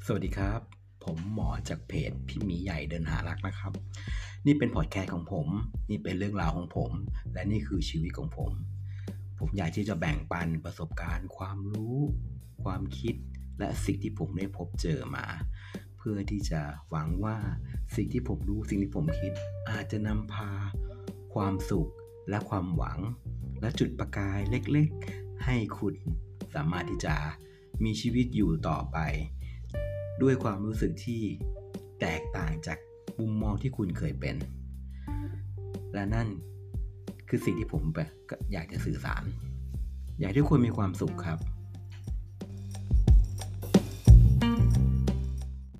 สวัสดีครับผมหมอจากเพจพี่หมีใหญ่เดินหารักนะครับนี่เป็นพอดแคสต์ของผมนี่เป็นเรื่องราวของผมและนี่คือชีวิตของผมอยากที่จะแบ่งปันประสบการณ์ความรู้ความคิดและสิ่งที่ผมได้พบเจอมาเพื่อที่จะหวังว่าสิ่งที่ผมรู้สิ่งที่ผมคิดอาจจะนำพาความสุขและความหวังและจุดประกายเล็กๆให้คุณสามารถที่จะมีชีวิตอยู่ต่อไปด้วยความรู้สึกที่แตกต่างจากมุมมองที่คุณเคยเป็นและนั่นคือสิ่งที่ผมอยากจะสื่อสารอยากให้ทุกคนมีความสุขครับ